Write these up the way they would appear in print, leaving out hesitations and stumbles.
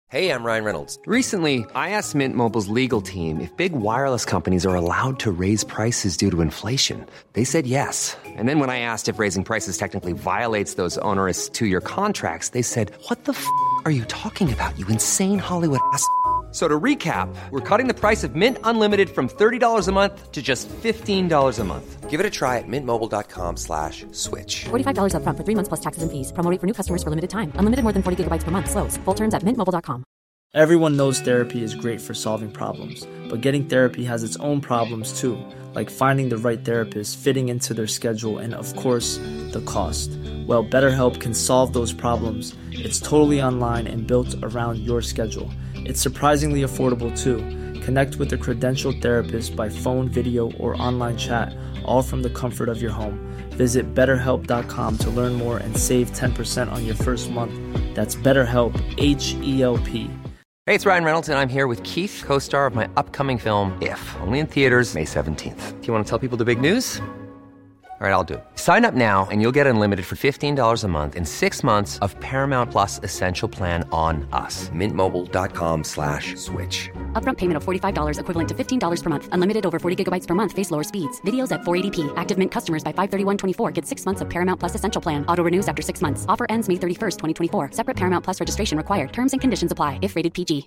Hey, I'm Ryan Reynolds. Recently, I asked Mint Mobile's legal team if big wireless companies are allowed to raise prices due to inflation. They said yes. And then when I asked if raising prices technically violates those onerous two-year contracts, they said, "What the f*** are you talking about, you insane Hollywood ass?" So to recap, we're cutting the price of Mint Unlimited from $30 a month to just $15 a month. Give it a try at mintmobile.com/switch. $45 up front for 3 months plus taxes and fees. Promo rate for new customers for limited time. Unlimited more than 40 gigabytes per month. Slows full terms at mintmobile.com. Everyone knows therapy is great for solving problems, but getting therapy has its own problems too, like finding the right therapist, fitting into their schedule, and of course, the cost. Well, BetterHelp can solve those problems. It's totally online and built around your schedule. It's surprisingly affordable too. Connect with a credentialed therapist by phone, video, or online chat, all from the comfort of your home. Visit BetterHelp.com to learn more and save 10% on your first month. That's BetterHelp, H-E-L-P. Hey, it's Ryan Reynolds, and I'm here with Keith, co-star of my upcoming film, If, only in theaters May 17th. Do you want to tell people the big news? All right, I'll do it. Sign up now and you'll get unlimited for $15 a month and 6 months of Paramount Plus Essential Plan on us. mintmobile.com/switch. Upfront payment of $45 equivalent to $15 per month. Unlimited over 40 gigabytes per month. Face lower speeds. Videos at 480p. Active Mint customers by 531.24 get 6 months of Paramount Plus Essential Plan. Auto renews after 6 months. Offer ends May 31st, 2024. Separate Paramount Plus registration required. Terms and conditions apply if rated PG.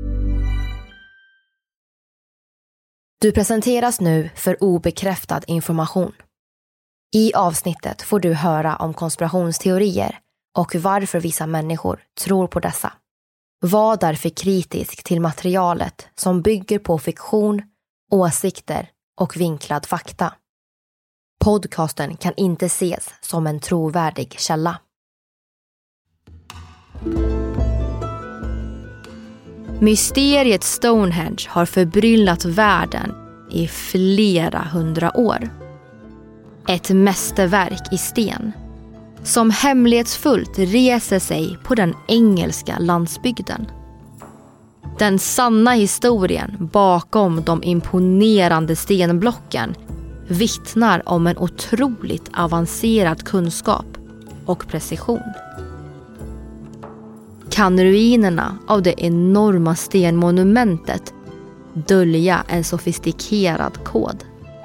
Du presenteras nu för obekräftad information. I avsnittet får du höra om konspirationsteorier och varför vissa människor tror på dessa. Var därför kritisk till materialet som bygger på fiktion, åsikter och vinklad fakta. Podcasten kan inte ses som en trovärdig källa. Mysteriet Stonehenge har förbryllat världen i flera hundra år. Ett mästerverk i sten som hemlighetsfullt reser sig på den engelska landsbygden. Den sanna historien bakom de imponerande stenblocken vittnar om en otroligt avancerad kunskap och precision. Kan ruinerna av det enorma stenmonumentet dölja en sofistikerad kod?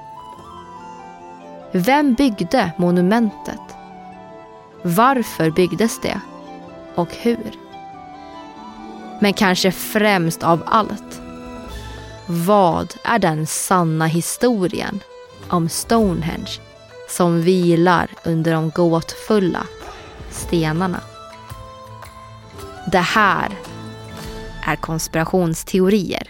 Vem byggde monumentet? Varför byggdes det? Och hur? Men kanske främst av allt, vad är den sanna historien om Stonehenge som vilar under de gåtfulla stenarna? Det här är konspirationsteorier.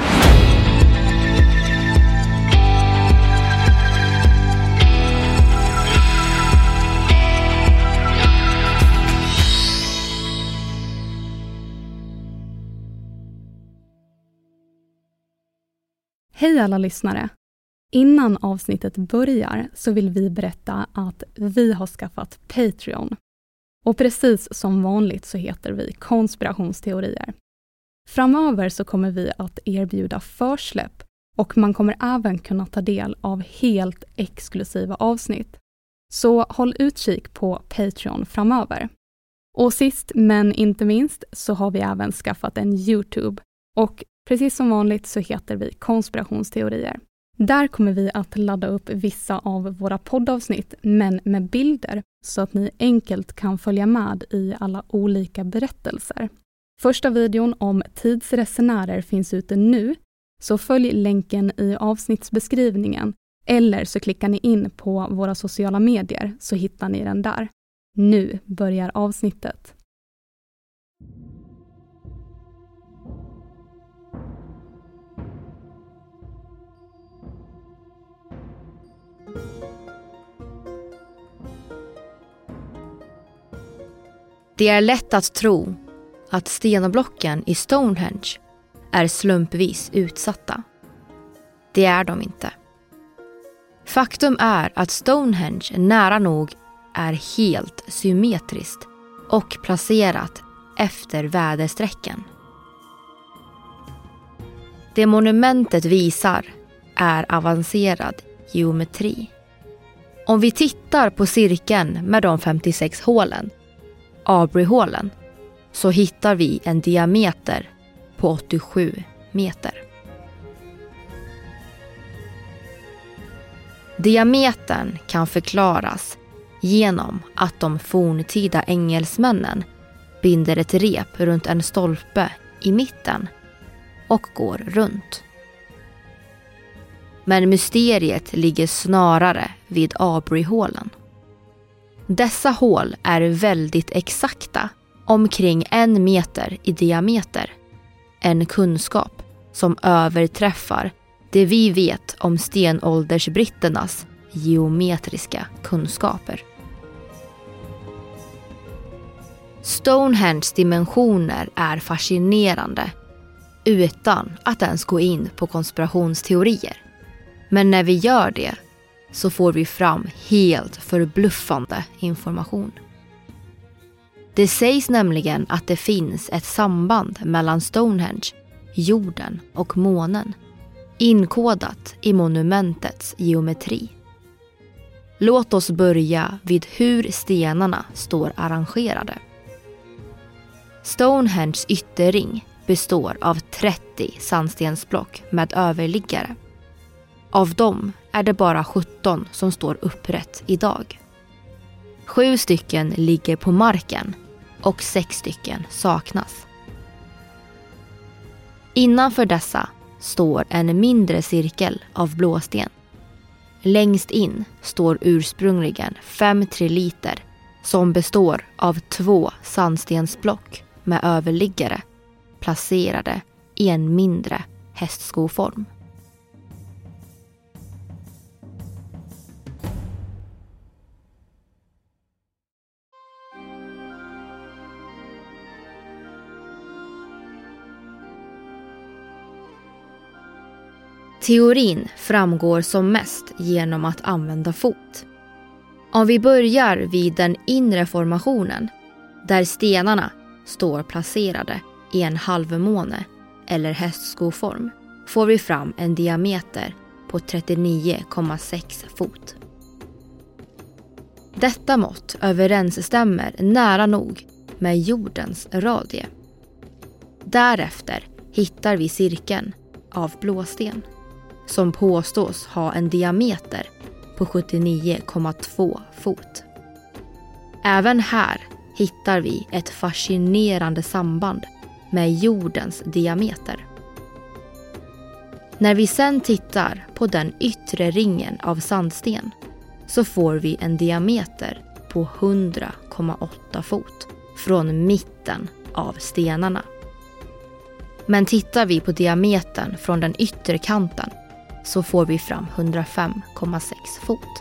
Hej alla lyssnare! Innan avsnittet börjar så vill vi berätta att vi har skaffat Patreon. Och precis som vanligt så heter vi konspirationsteorier. Framöver så kommer vi att erbjuda försläpp och man kommer även kunna ta del av helt exklusiva avsnitt. Så håll utkik på Patreon framöver. Och sist men inte minst så har vi även skaffat en YouTube och precis som vanligt så heter vi konspirationsteorier. Där kommer vi att ladda upp vissa av våra poddavsnitt men med bilder så att ni enkelt kan följa med i alla olika berättelser. Första videon om tidsresenärer finns ute nu, så följ länken i avsnittsbeskrivningen eller så klickar ni in på våra sociala medier så hittar ni den där. Nu börjar avsnittet. Det är lätt att tro att stenblocken i Stonehenge är slumpvis utsatta. Det är de inte. Faktum är att Stonehenge nära nog är helt symmetriskt och placerat efter väderstrecken. Det monumentet visar är avancerad geometri. Om vi tittar på cirkeln med de 56 hålen, Aubrey-hålen, så hittar vi en diameter på 87 meter. Diametern kan förklaras genom att de forntida engelsmännen binder ett rep runt en stolpe i mitten och går runt. Men mysteriet ligger snarare vid Aubrey-hålen. Dessa hål är väldigt exakta, omkring 1 meter i diameter. En kunskap som överträffar det vi vet om stenåldersbritternas geometriska kunskaper. Stonehenges dimensioner är fascinerande utan att ens gå in på konspirationsteorier. Men när vi gör det så får vi fram helt förbluffande information. Det sägs nämligen att det finns ett samband mellan Stonehenge, jorden och månen, inkodat i monumentets geometri. Låt oss börja vid hur stenarna står arrangerade. Stonehenges ytterring består av 30 sandstensblock med överliggare. Av dem är det bara 17 som står upprätt idag. 7 stycken ligger på marken och 6 stycken saknas. Innanför dessa står en mindre cirkel av blåsten. Längst in står ursprungligen 5 triliter som består av 2 sandstensblock med överliggare placerade i en mindre hästskoform. Teorin framgår som mest genom att använda fot. Om vi börjar vid den inre formationen, där stenarna står placerade i en halvmåne eller hästskoform, får vi fram en diameter på 39,6 fot. Detta mått överensstämmer nära nog med jordens radie. Därefter hittar vi cirkeln av blåsten, som påstås ha en diameter på 79,2 fot. Även här hittar vi ett fascinerande samband med jordens diameter. När vi sedan tittar på den yttre ringen av sandsten så får vi en diameter på 100,8 fot från mitten av stenarna. Men tittar vi på diametern från den yttre kanten så får vi fram 105,6 fot.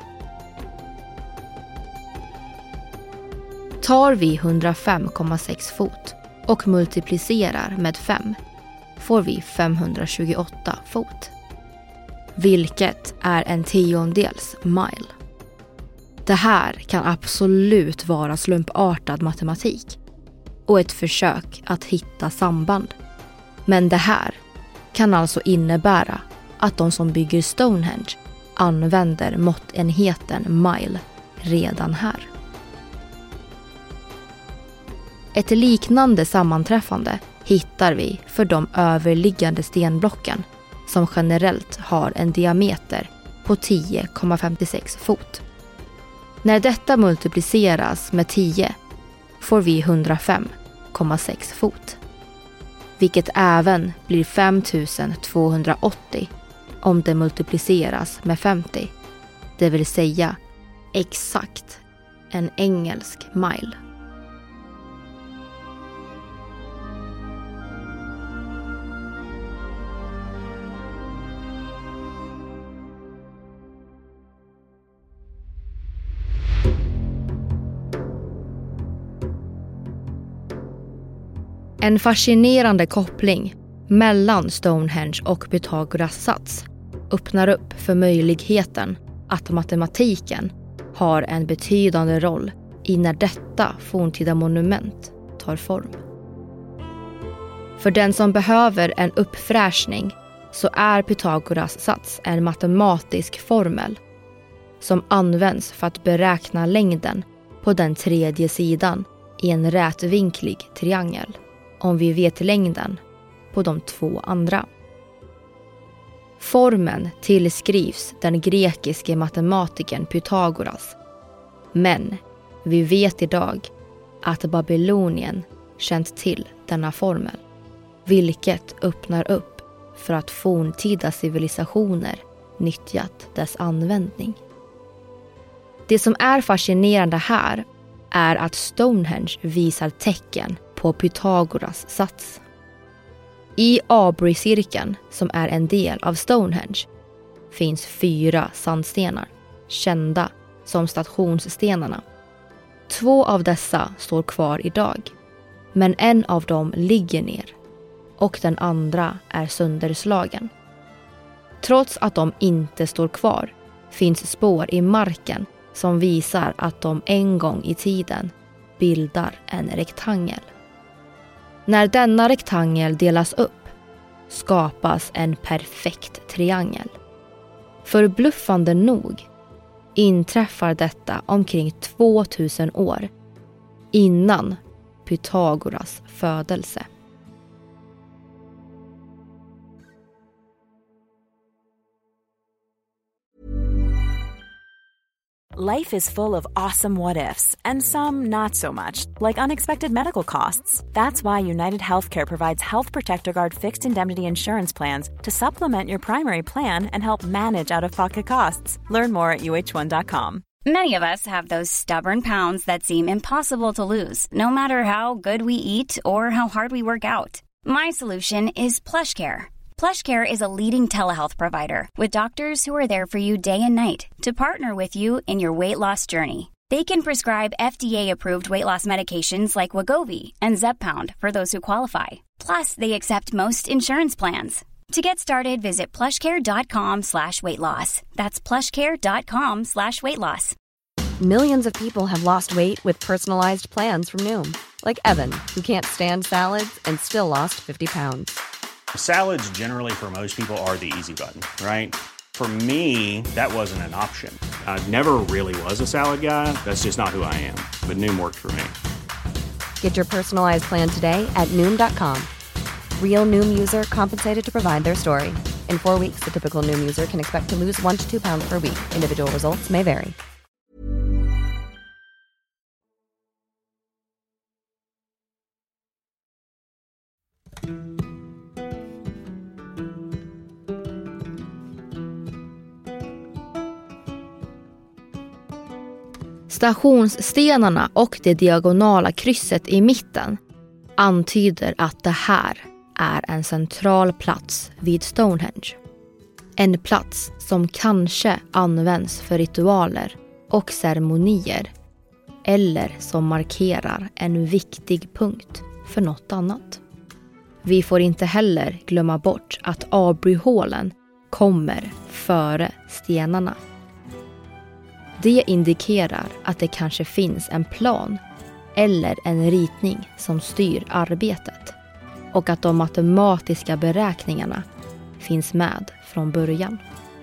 Tar vi 105,6 fot och multiplicerar med 5 får vi 528 fot. Vilket är en 10-dels mile. Det här kan absolut vara slumpartad matematik och ett försök att hitta samband. Men det här kan alltså innebära att de som bygger Stonehenge använder måttenheten mile redan här. Ett liknande sammanträffande hittar vi för de överliggande stenblocken som generellt har en diameter på 10,56 fot. När detta multipliceras med 10 får vi 105,6 fot. Vilket även blir 5280 om det multipliceras med 50. Det vill säga exakt en engelsk mile. En fascinerande koppling mellan Stonehenge och Pythagoras sats öppnar upp för möjligheten att matematiken har en betydande roll i när detta forntida monument tar form. För den som behöver en uppfräschning så är Pythagoras sats en matematisk formel som används för att beräkna längden på den tredje sidan i en rätvinklig triangel om vi vet längden på de 2 andra. Formen tillskrivs den grekiske matematikern Pythagoras, men vi vet idag att Babylonien känt till denna formel, vilket öppnar upp för att forntida civilisationer nyttjat dess användning. Det som är fascinerande här är att Stonehenge visar tecken på Pythagoras sats. I Abry-cirkeln, som är en del av Stonehenge, finns 4 sandstenar, kända som stationsstenarna. 2 av dessa står kvar idag, men en av dem ligger ner och den andra är sönderslagen. Trots att de inte står kvar finns spår i marken som visar att de en gång i tiden bildar en rektangel. När denna rektangel delas upp skapas en perfekt triangel. Förbluffande nog inträffar detta omkring 2000 år innan Pythagoras födelse. Life is full of awesome what-ifs, and some not so much, like unexpected medical costs. That's why United Healthcare provides Health Protector Guard fixed indemnity insurance plans to supplement your primary plan and help manage out-of-pocket costs. Learn more at uh1.com. Many of us have those stubborn pounds that seem impossible to lose, no matter how good we eat or how hard we work out. My solution is PlushCare. PlushCare is a leading telehealth provider with doctors who are there for you day and night to partner with you in your weight loss journey. They can prescribe FDA-approved weight loss medications like Wegovy and Zepbound for those who qualify. Plus, they accept most insurance plans. To get started, visit plushcare.com/weightloss. That's plushcare.com/weightloss. Millions of people have lost weight with personalized plans from Noom. Like Evan, who can't stand salads and still lost 50 pounds. Salads generally for most people are the easy button, right? For me, that wasn't an option. I never really was a salad guy. That's just not who I am. But Noom worked for me. Get your personalized plan today at Noom.com. Real Noom user compensated to provide their story. In 4 weeks, the typical Noom user can expect to lose 1 to 2 pounds per week. Individual results may vary. Stationsstenarna och det diagonala krysset i mitten antyder att det här är en central plats vid Stonehenge. En plats som kanske används för ritualer och ceremonier eller som markerar en viktig punkt för något annat. Vi får inte heller glömma bort att Abry-hålen kommer före stenarna. Det indikerar att det kanske finns en plan eller en ritning som styr arbetet och att de matematiska beräkningarna finns med från början.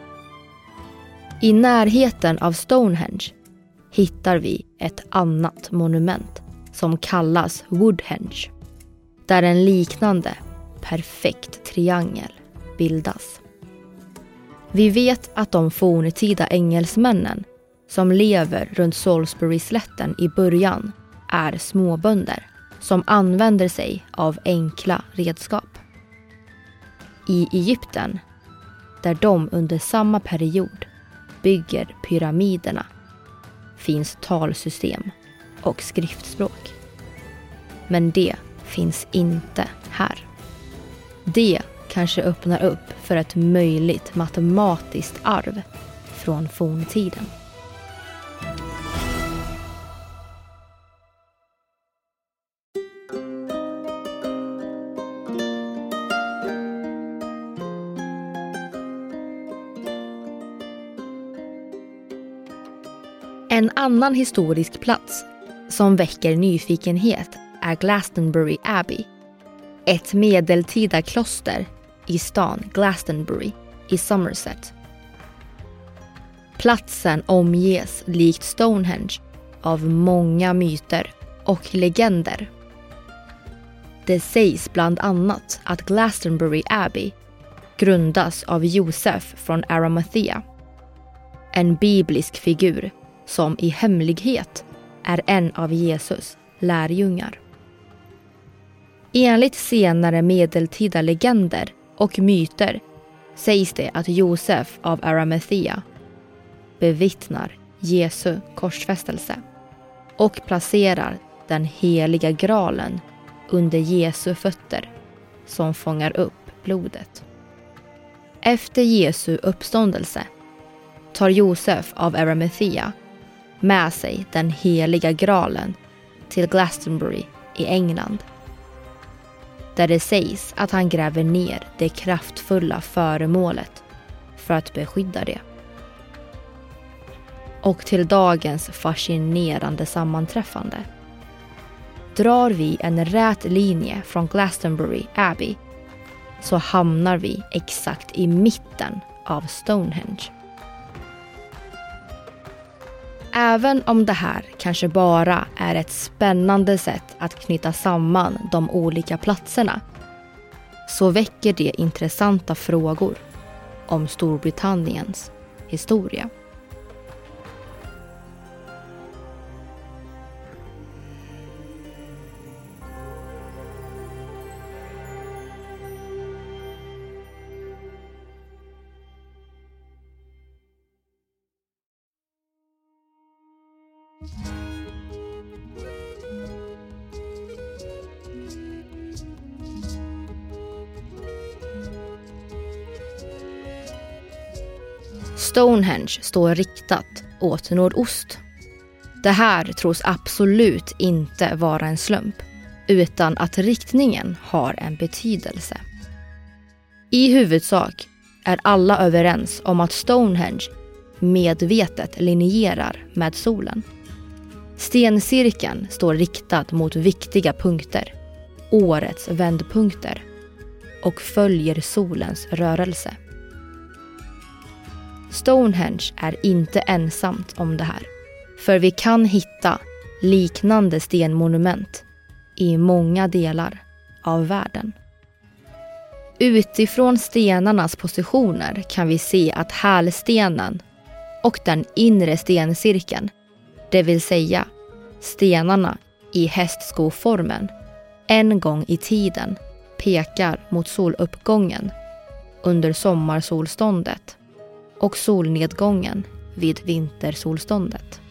I närheten av Stonehenge hittar vi ett annat monument som kallas Woodhenge, där en liknande perfekt triangel bildas. Vi vet att de forntida engelsmännen som lever runt Salisbury-slätten i början är småbönder som använder sig av enkla redskap. I Egypten, där de under samma period bygger pyramiderna, finns talsystem och skriftspråk. Men det finns inte här. Det kanske öppnar upp för ett möjligt matematiskt arv från forntiden. En annan historisk plats som väcker nyfikenhet är Glastonbury Abbey, ett medeltida kloster i stan Glastonbury i Somerset. Platsen omges likt Stonehenge av många myter och legender. Det sägs bland annat att Glastonbury Abbey grundas av Josef från Arimathea, en biblisk figur som i hemlighet är en av Jesus lärjungar. Enligt senare medeltida legender och myter sägs det att Josef av Arimathea bevittnar Jesu korsfästelse och placerar den heliga graalen under Jesu fötter som fångar upp blodet. Efter Jesu uppståndelse tar Josef av Arimathea med sig den heliga graalen till Glastonbury i England, där det sägs att han gräver ner det kraftfulla föremålet för att beskydda det. Och till dagens fascinerande sammanträffande. Drar vi en rät linje från Glastonbury Abbey så hamnar vi exakt i mitten av Stonehenge. Även om det här kanske bara är ett spännande sätt att knyta samman de olika platserna, så väcker det intressanta frågor om Storbritanniens historia. Stonehenge står riktat åt nordost. Det här tros absolut inte vara en slump, utan att riktningen har en betydelse. I huvudsak är alla överens om att Stonehenge medvetet linjerar med solen. Stencirkeln står riktad mot viktiga punkter, årets vändpunkter, och följer solens rörelse. Stonehenge är inte ensamt om det här, för vi kan hitta liknande stenmonument i många delar av världen. Utifrån stenarnas positioner kan vi se att hälstenen och den inre stencirkeln, det vill säga stenarna i hästskoformen, en gång i tiden pekar mot soluppgången under sommarsolståndet och solnedgången vid vintersolståndet.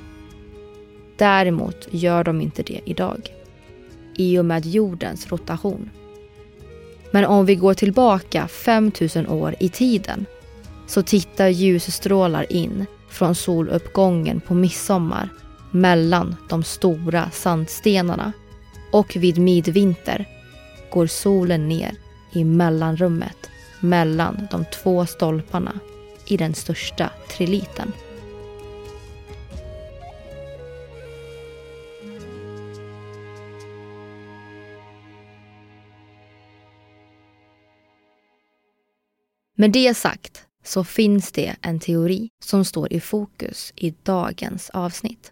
Däremot gör de inte det idag, i och med jordens rotation. Men om vi går tillbaka 5000 år i tiden så tittar ljusstrålar in från soluppgången på midsommar mellan de stora sandstenarna, och vid midvinter går solen ner i mellanrummet mellan de två stolparna i den största triliten. Med det sagt så finns det en teori som står i fokus i dagens avsnitt.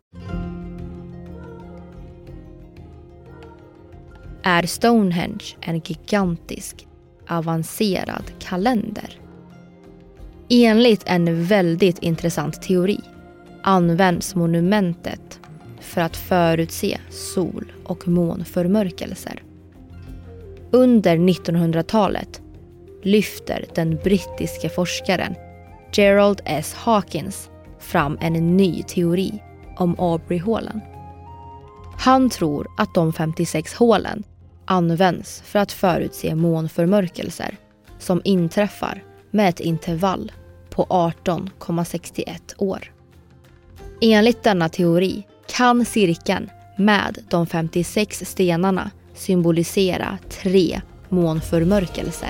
Är Stonehenge en gigantisk, avancerad kalender? Enligt en väldigt intressant teori används monumentet för att förutse sol- och månförmörkelser. Under 1900-talet lyfter den brittiska forskaren Gerald S. Hawkins fram en ny teori om Aubrey-hålen. Han tror att de 56 hålen används för att förutse månförmörkelser som inträffar med ett intervall på 18,61 år. Enligt denna teori kan cirkeln med de 56 stenarna symbolisera 3 månförmörkelser.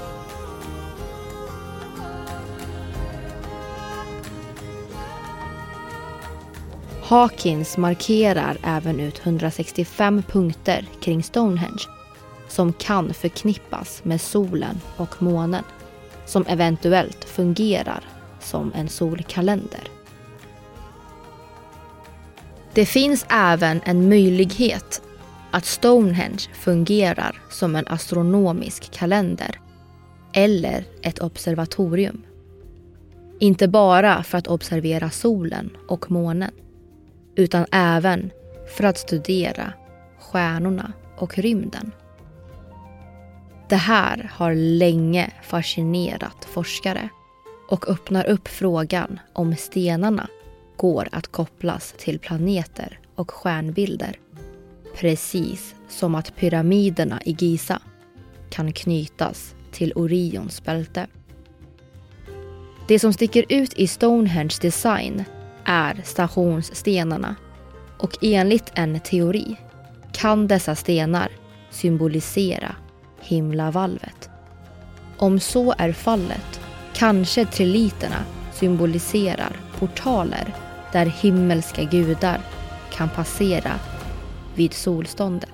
Hawkins markerar även ut 165 punkter kring Stonehenge som kan förknippas med solen och månen, som eventuellt fungerar som en solkalender. Det finns även en möjlighet att Stonehenge fungerar som en astronomisk kalender eller ett observatorium. Inte bara för att observera solen och månen, utan även för att studera stjärnorna och rymden. Det här har länge fascinerat forskare och öppnar upp frågan om stenarna går att kopplas till planeter och stjärnbilder. Precis som att pyramiderna i Giza kan knytas till Orions bälte. Det som sticker ut i Stonehenges design är stationsstenarna, och enligt en teori kan dessa stenar symbolisera himlavalvet. Om så är fallet kanske triliterna symboliserar portaler där himmelska gudar kan passera vid solståndet.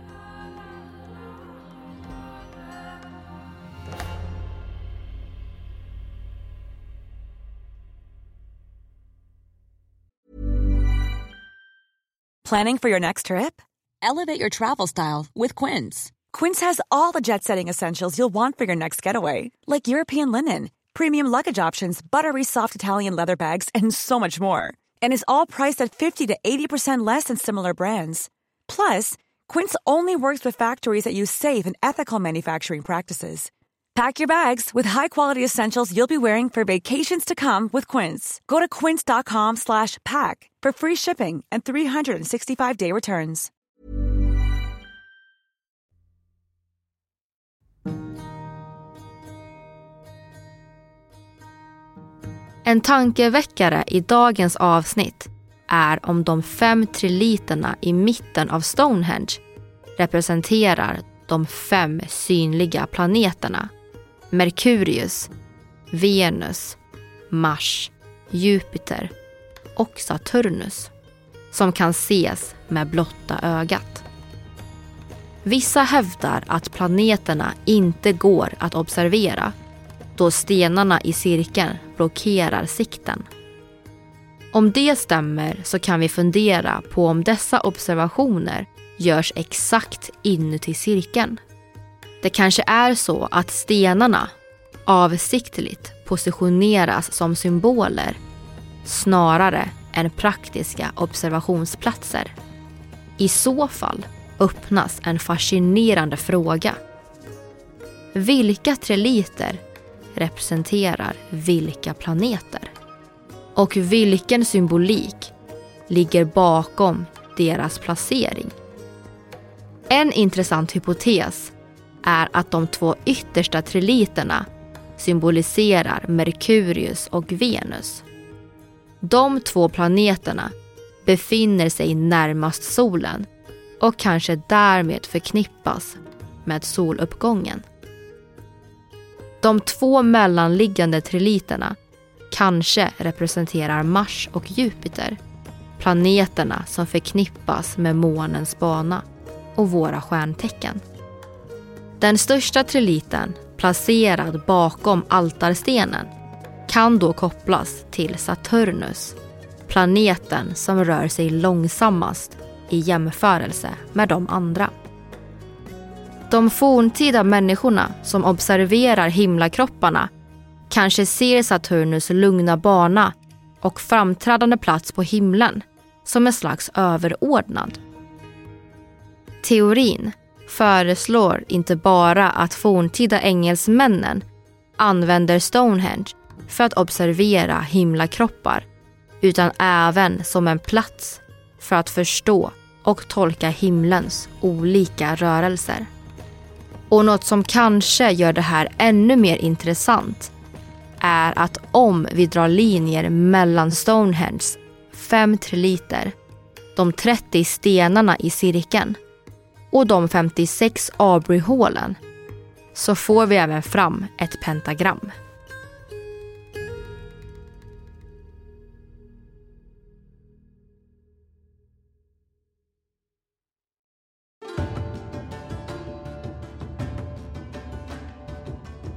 Planning for your next trip? Elevate your travel style with Quince. Quince has all the jet-setting essentials you'll want for your next getaway, like European linen, premium luggage options, buttery soft Italian leather bags, and so much more. And is all priced at 50 to 80% less than similar brands. Plus, Quince only works with factories that use safe and ethical manufacturing practices. Pack your bags with high-quality essentials you'll be wearing for vacations to come with Quince. Go to quince.com/pack for free shipping and 365-day returns. En tankeväckare i dagens avsnitt är om de 5 triliterna i mitten av Stonehenge representerar de 5 synliga planeterna: Merkurius, Venus, Mars, Jupiter och Saturnus, som kan ses med blotta ögat. Vissa hävdar att planeterna inte går att observera då stenarna i cirkeln blockerar sikten. Om det stämmer så kan vi fundera på om dessa observationer görs exakt inuti cirkeln. Det kanske är så att stenarna avsiktligt positioneras som symboler snarare än praktiska observationsplatser. I så fall öppnas en fascinerande fråga. Vilka triliter representerar vilka planeter? Och vilken symbolik ligger bakom deras placering? En intressant hypotes är att de 2 yttersta triliterna symboliserar Merkurius och Venus. De 2 planeterna befinner sig närmast solen och kanske därmed förknippas med soluppgången. De 2 mellanliggande triliterna kanske representerar Mars och Jupiter, planeterna som förknippas med månens bana och våra stjärntecken. Den största triliten, placerad bakom altarstenen, kan då kopplas till Saturnus, planeten som rör sig långsammast i jämförelse med de andra. De forntida människorna som observerar himlakropparna kanske ser Saturnus lugna bana och framträdande plats på himlen som en slags överordnad. Teorin föreslår inte bara att forntida engelsmännen använder Stonehenge för att observera himlakroppar, utan även som en plats för att förstå och tolka himlens olika rörelser. Och något som kanske gör det här ännu mer intressant är att om vi drar linjer mellan Stonehenges 5 triliter, de 30 stenarna i cirkeln och de 56 Aubrey-hålen, så får vi även fram ett pentagram.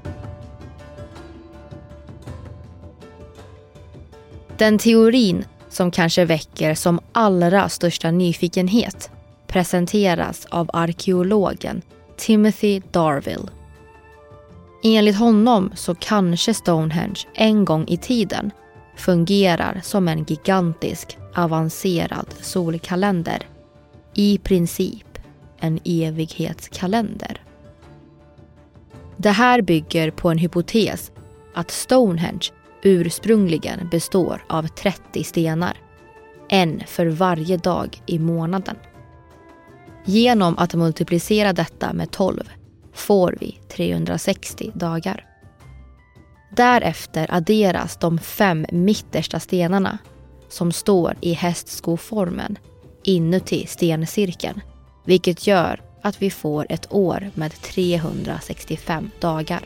Den teorin som kanske väcker som allra största nyfikenhet presenteras av arkeologen Timothy Darville. Enligt honom så kanske Stonehenge en gång i tiden fungerar som en gigantisk avancerad solkalender. I princip en evighetskalender. Det här bygger på en hypotes att Stonehenge ursprungligen består av 30 stenar, en för varje dag i månaden. Genom att multiplicera detta med 12 får vi 360 dagar. Därefter adderas de 5 mittersta stenarna som står i hästskoformen inuti stencirkeln, vilket gör att vi får ett år med 365 dagar.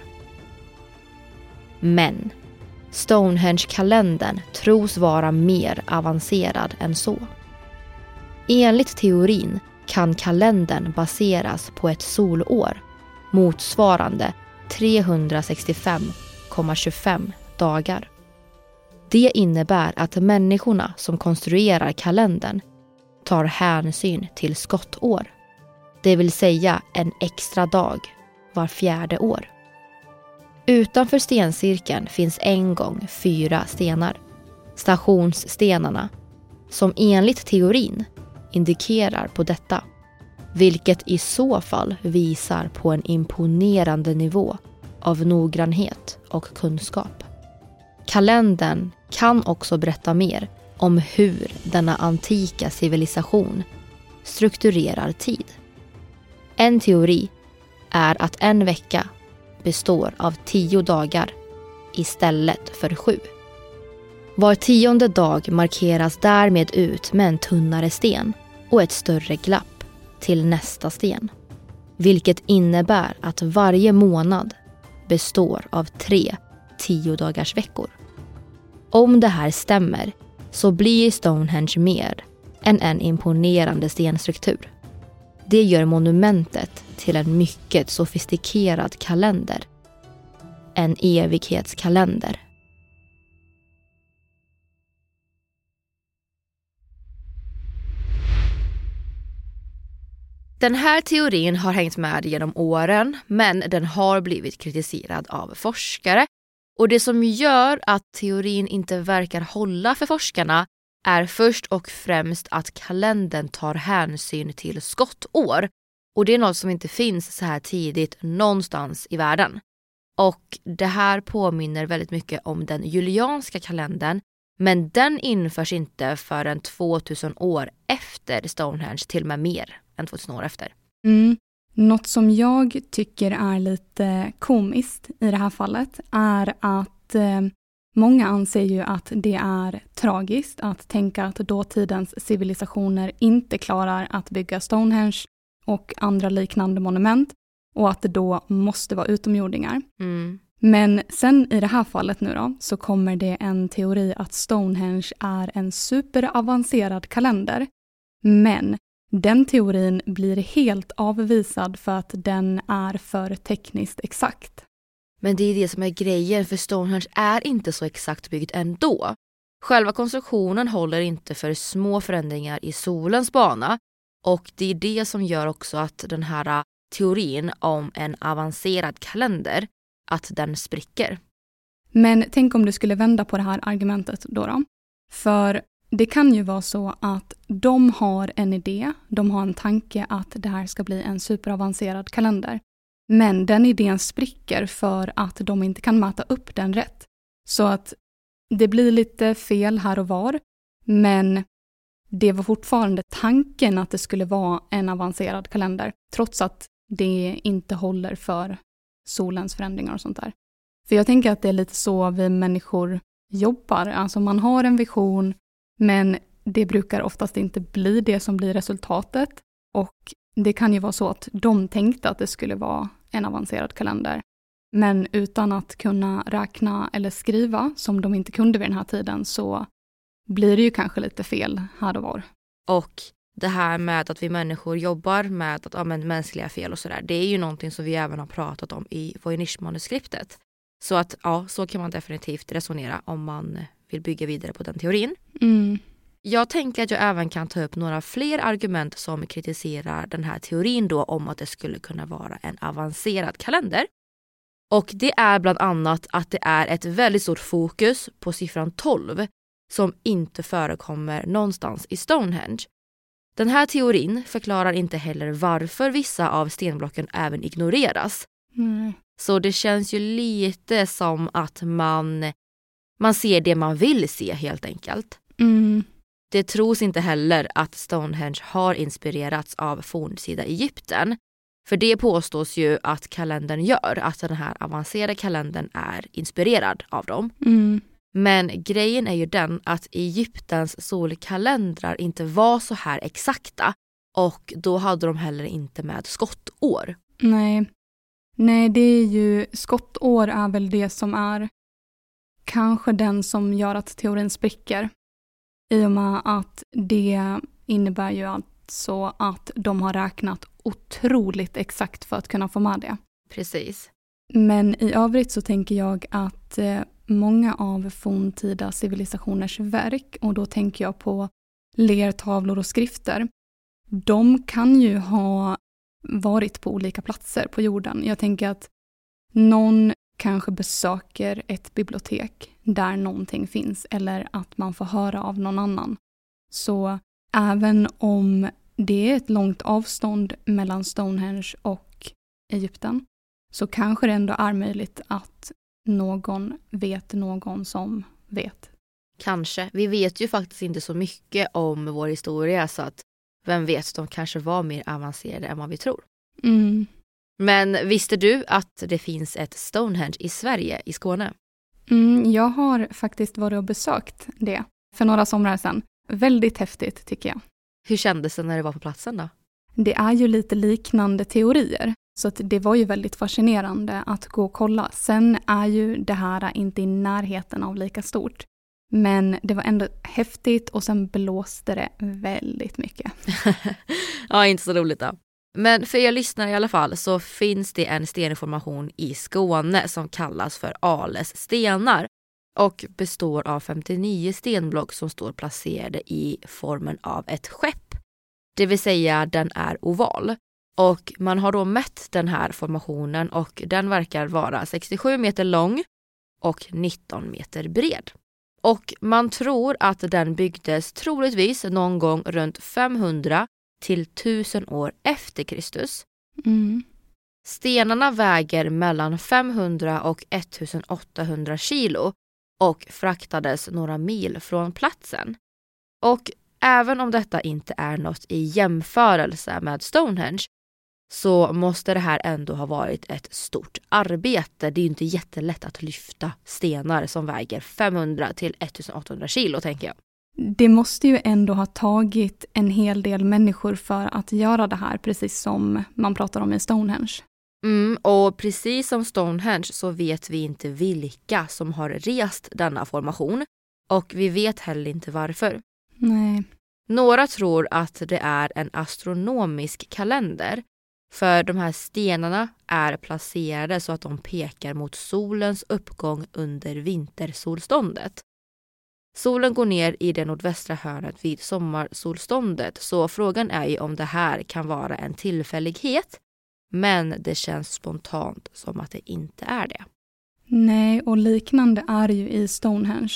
Men Stonehenge-kalendern tros vara mer avancerad än så. Enligt teorin kan kalendern baseras på ett solår motsvarande 365,25 dagar. Det innebär att människorna som konstruerar kalendern tar hänsyn till skottår, det vill säga en extra dag var 4:e år. Utanför stencirkeln finns en gång 4 stenar, stationsstenarna, som enligt teorin indikerar på detta, vilket i så fall visar på en imponerande nivå av noggrannhet och kunskap. Kalendern kan också berätta mer om hur denna antika civilisation strukturerar tid. En teori är att en vecka består av 10 dagar istället för 7. Var 10:e dag markeras därmed ut med en tunnare sten och ett större glapp till nästa sten, vilket innebär att varje månad består av 3 10-dagarsveckor. Om det här stämmer så blir Stonehenge mer än en imponerande stenstruktur. Det gör monumentet till en mycket sofistikerad kalender. En evighetskalender. Den här teorin har hängt med genom åren, men den har blivit kritiserad av forskare. Och det som gör att teorin inte verkar hålla för forskarna är först och främst att kalendern tar hänsyn till skottår. Och det är något som inte finns så här tidigt någonstans i världen. Och det här påminner väldigt mycket om den julianska kalendern, men den införs inte förrän 2000 år efter Stonehenge, till och med mer än 2000 år efter. Något som jag tycker är lite komiskt i det här fallet är att många anser ju att det är tragiskt att tänka att dåtidens civilisationer inte klarar att bygga Stonehenge och andra liknande monument och att det då måste vara utomjordingar. Men sen i det här fallet nu då så kommer det en teori att Stonehenge är en superavancerad kalender, men den teorin blir helt avvisad för att den är för tekniskt exakt. Men det är det som är grejen, för Stonehenge är inte så exakt byggt ändå. Själva konstruktionen håller inte för små förändringar i solens bana, och det är det som gör också att den här teorin om en avancerad kalender, att den spricker. Men tänk om du skulle vända på det här argumentet då. För det kan ju vara så att de har en idé, de har en tanke att det här ska bli en superavancerad kalender. Men den idén spricker för att de inte kan mäta upp den rätt. Så att det blir lite fel här och var, men det var fortfarande tanken att det skulle vara en avancerad kalender, trots att det inte håller för solens förändringar och sånt där. För jag tänker att det är lite så vi människor jobbar. Alltså man har en vision, men det brukar oftast inte bli det som blir resultatet. Och det kan ju vara så att de tänkte att det skulle vara en avancerad kalender. Men utan att kunna räkna eller skriva, som de inte kunde vid den här tiden, så blir det ju kanske lite fel här och var. Och det här med att vi människor jobbar med att, mänskliga fel och sådär, det är ju någonting som vi även har pratat om i Voynich-manuskriptet. Så att så kan man definitivt resonera om man vill bygga vidare på den teorin. Jag tänker att jag även kan ta upp några fler argument som kritiserar den här teorin då om att det skulle kunna vara en avancerad kalender. Och det är bland annat att det är ett väldigt stort fokus på siffran 12 som inte förekommer någonstans i Stonehenge. Den här teorin förklarar inte heller varför vissa av stenblocken även ignoreras. Så det känns ju lite som att man ser det man vill se helt enkelt. Det tros inte heller att Stonehenge har inspirerats av fornsida Egypten. För det påstås ju att kalendern gör, att den här avancerade kalendern är inspirerad av dem. Men grejen är ju den att Egyptens solkalendrar inte var så här exakta och då hade de heller inte med skottår. Nej, det är ju skottår är väl det som är kanske den som gör att teorin spricker. I och med att det innebär ju alltså att de har räknat otroligt exakt för att kunna få med det. Precis. Men i övrigt så tänker jag att många av forntida civilisationers verk, och då tänker jag på lertavlor och skrifter, de kan ju ha varit på olika platser på jorden. Jag tänker att någon kanske besöker ett bibliotek där någonting finns eller att man får höra av någon annan. Så även om det är ett långt avstånd mellan Stonehenge och Egypten så kanske det ändå är möjligt att någon vet någon som vet. Kanske. Vi vet ju faktiskt inte så mycket om vår historia så att vem vet, de kanske var mer avancerade än vad vi tror. Men visste du att det finns ett Stonehenge i Sverige, i Skåne? Jag har faktiskt varit och besökt det för några somrar sedan. Väldigt häftigt tycker jag. Hur kändes det när du var på platsen då? Det är ju lite liknande teorier. Så att det var ju väldigt fascinerande att gå och kolla. Sen är ju det här inte i närheten av lika stort. Men det var ändå häftigt och sen blåste det väldigt mycket. Ja, inte så roligt då. Men för er lyssnare i alla fall så finns det en stenformation i Skåne som kallas för Ales stenar och består av 59 stenblock som står placerade i formen av ett skepp. Det vill säga den är oval. Och man har då mätt den här formationen och den verkar vara 67 meter lång och 19 meter bred. Och man tror att den byggdes troligtvis någon gång runt 500 till 1000 år efter Kristus. Stenarna väger mellan 500 och 1800 kilo och fraktades några mil från platsen. Och även om detta inte är något i jämförelse med Stonehenge så måste det här ändå ha varit ett stort arbete. Det är ju inte jättelätt att lyfta stenar som väger 500 till 1800 kilo, tänker jag. Det måste ju ändå ha tagit en hel del människor för att göra det här, precis som man pratar om i Stonehenge. Och precis som Stonehenge så vet vi inte vilka som har rest denna formation och vi vet heller inte varför. Nej. Några tror att det är en astronomisk kalender. För de här stenarna är placerade så att de pekar mot solens uppgång under vintersolståndet. Solen går ner i det nordvästra hörnet vid sommarsolståndet så frågan är ju om det här kan vara en tillfällighet. Men det känns spontant som att det inte är det. Nej, och liknande är ju i Stonehenge.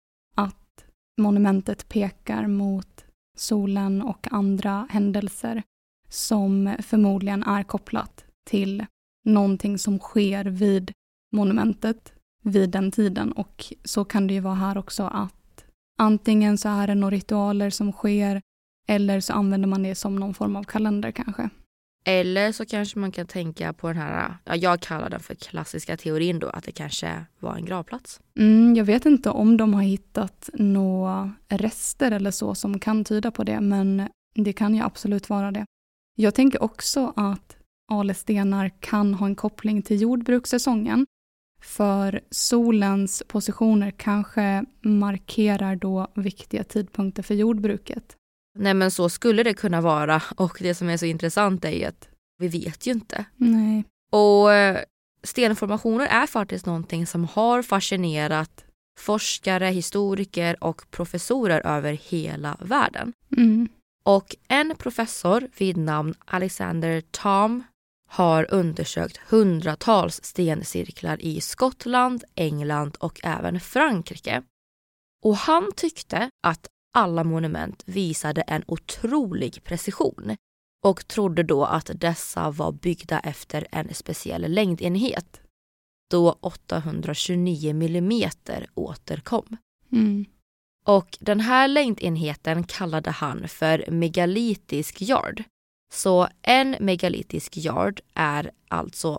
Att monumentet pekar mot solen och andra händelser som förmodligen är kopplat till någonting som sker vid monumentet vid den tiden. Och så kan det ju vara här också att antingen så är det några ritualer som sker eller så använder man det som någon form av kalender kanske. Eller så kanske man kan tänka på den här, jag kallar den för klassiska teorin då, att det kanske var en gravplats. Jag vet inte om de har hittat några rester eller så som kan tyda på det, men det kan ju absolut vara det. Jag tänker också att Ales stenar kan ha en koppling till jordbrukssäsongen. För solens positioner kanske markerar då viktiga tidpunkter för jordbruket. Nej, men så skulle det kunna vara. Och det som är så intressant är ju att vi vet ju inte. Nej. Och stenformationer är faktiskt någonting som har fascinerat forskare, historiker och professorer över hela världen. Mm. Och en professor vid namn Alexander Thom har undersökt hundratals stencirklar i Skottland, England och även Frankrike. Och han tyckte att alla monument visade en otrolig precision och trodde då att dessa var byggda efter en speciell längdenhet, då 829 mm återkom. Mm. Och den här längdenheten kallade han för megalitisk yard. Så en megalitisk yard är alltså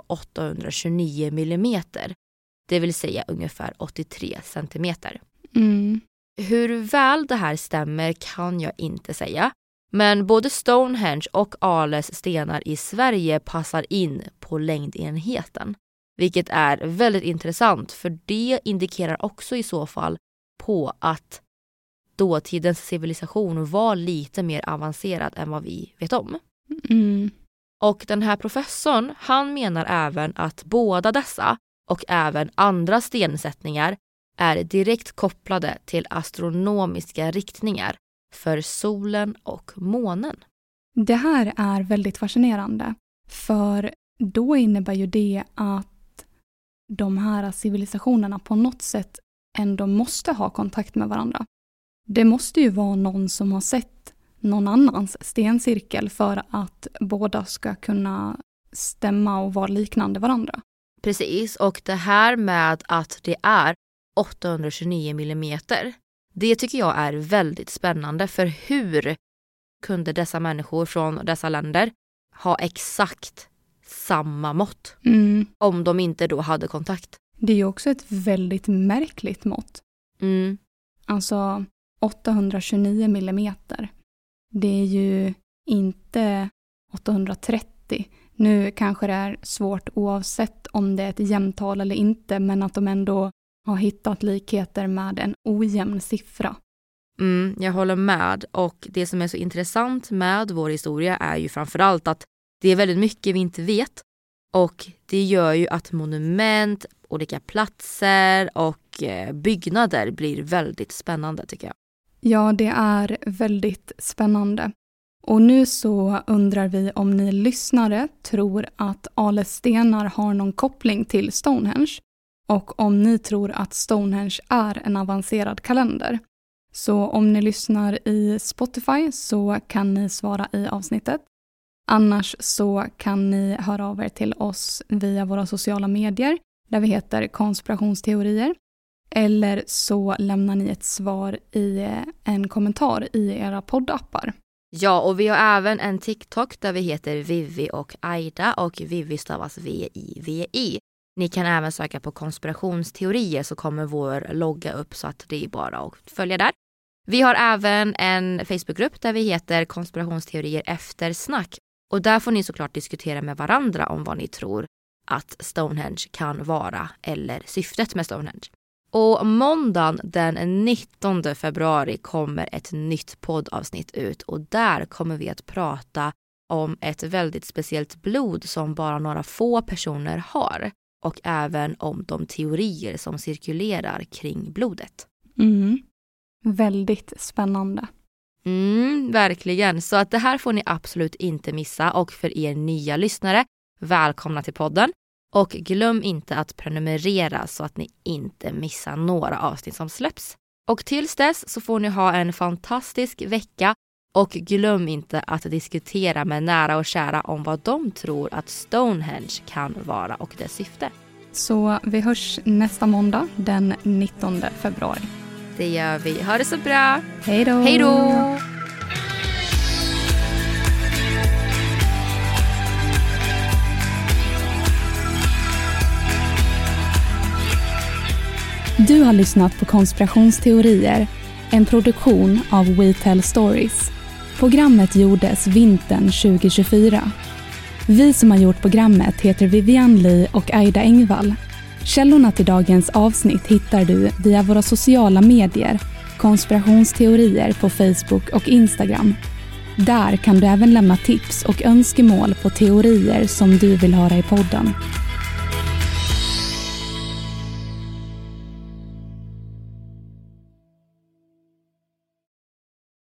829 mm, det vill säga ungefär 83 centimeter. Mm. Hur väl det här stämmer kan jag inte säga, men både Stonehenge och Arles stenar i Sverige passar in på längdenheten. Vilket är väldigt intressant, för det indikerar också i så fall på att dåtidens civilisation var lite mer avancerad än vad vi vet om. Mm. Och den här professorn, han menar även att båda dessa och även andra stensättningar är direkt kopplade till astronomiska riktningar för solen och månen. Det här är väldigt fascinerande, för då innebär ju det att de här civilisationerna på något sätt ändå måste ha kontakt med varandra. Det måste ju vara någon som har sett någon annans stencirkel för att båda ska kunna stämma och vara liknande varandra. Precis, och det här med att det är 829 mm, det tycker jag är väldigt spännande, för hur kunde dessa människor från dessa länder ha exakt samma mått om de inte då hade kontakt? Det är ju också ett väldigt märkligt mått. Mm. Alltså 829 millimeter. Det är ju inte 830. Nu kanske det är svårt oavsett om det är ett jämntal eller inte, men att de ändå har hittat likheter med en ojämn siffra. Jag håller med, och det som är så intressant med vår historia är ju framförallt att det är väldigt mycket vi inte vet, och det gör ju att monument, olika platser och byggnader blir väldigt spännande, tycker jag. Ja, det är väldigt spännande. Och nu så undrar vi om ni lyssnare tror att Arles stenar har någon koppling till Stonehenge, och om ni tror att Stonehenge är en avancerad kalender. Så om ni lyssnar i Spotify så kan ni svara i avsnittet. Annars så kan ni höra av er till oss via våra sociala medier där vi heter konspirationsteorier. Eller så lämnar ni ett svar i en kommentar i era poddappar. Ja, och vi har även en TikTok där vi heter Vivi och Aida, och Vivi stavas V-I-V-I. Ni kan även söka på konspirationsteorier, så kommer vår logga upp, så att det är bara att följa där. Vi har även en Facebookgrupp där vi heter konspirationsteorier efter snack, och där får ni såklart diskutera med varandra om vad ni tror att Stonehenge kan vara, eller syftet med Stonehenge. Och måndagen den 19 februari kommer ett nytt poddavsnitt ut, och där kommer vi att prata om ett väldigt speciellt blod som bara några få personer har, och även om de teorier som cirkulerar kring blodet. Väldigt spännande. Verkligen, så att det här får ni absolut inte missa, och för er nya lyssnare, välkomna till podden. Och glöm inte att prenumerera så att ni inte missar några avsnitt som släpps. Och tills dess så får ni ha en fantastisk vecka, och glöm inte att diskutera med nära och kära om vad de tror att Stonehenge kan vara och dess syfte. Så vi hörs nästa måndag den 19 februari. Det gör vi. Ha det så bra. Hej då! Hej då! Du har lyssnat på konspirationsteorier, en produktion av We Tell Stories. Programmet gjordes vintern 2024. Vi som har gjort programmet heter Vivian Lee och Aida Engvall. Källorna till dagens avsnitt hittar du via våra sociala medier, konspirationsteorier på Facebook och Instagram. Där kan du även lämna tips och önskemål på teorier som du vill höra i podden.